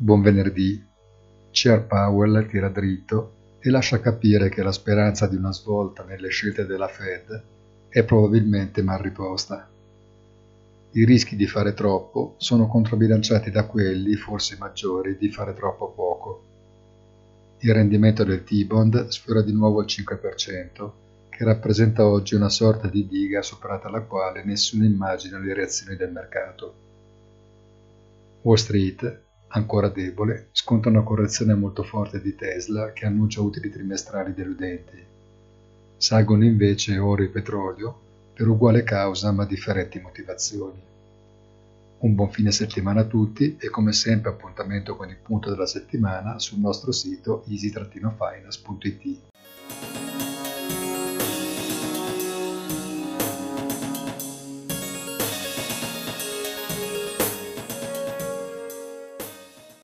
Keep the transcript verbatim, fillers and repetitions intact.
Buon venerdì. Chair Powell tira dritto e lascia capire che la speranza di una svolta nelle scelte della Fed è probabilmente mal riposta. I rischi di fare troppo sono controbilanciati da quelli, forse maggiori, di fare troppo poco. Il rendimento del T-Bond sfiora di nuovo il cinque per cento, che rappresenta oggi una sorta di diga superata la quale nessuno immagina le reazioni del mercato. Wall Street, ancora debole, sconta una correzione molto forte di Tesla che annuncia utili trimestrali deludenti. Salgono invece oro e petrolio per uguale causa ma differenti motivazioni. Un buon fine settimana a tutti e come sempre appuntamento con il punto della settimana sul nostro sito easy finance punto it.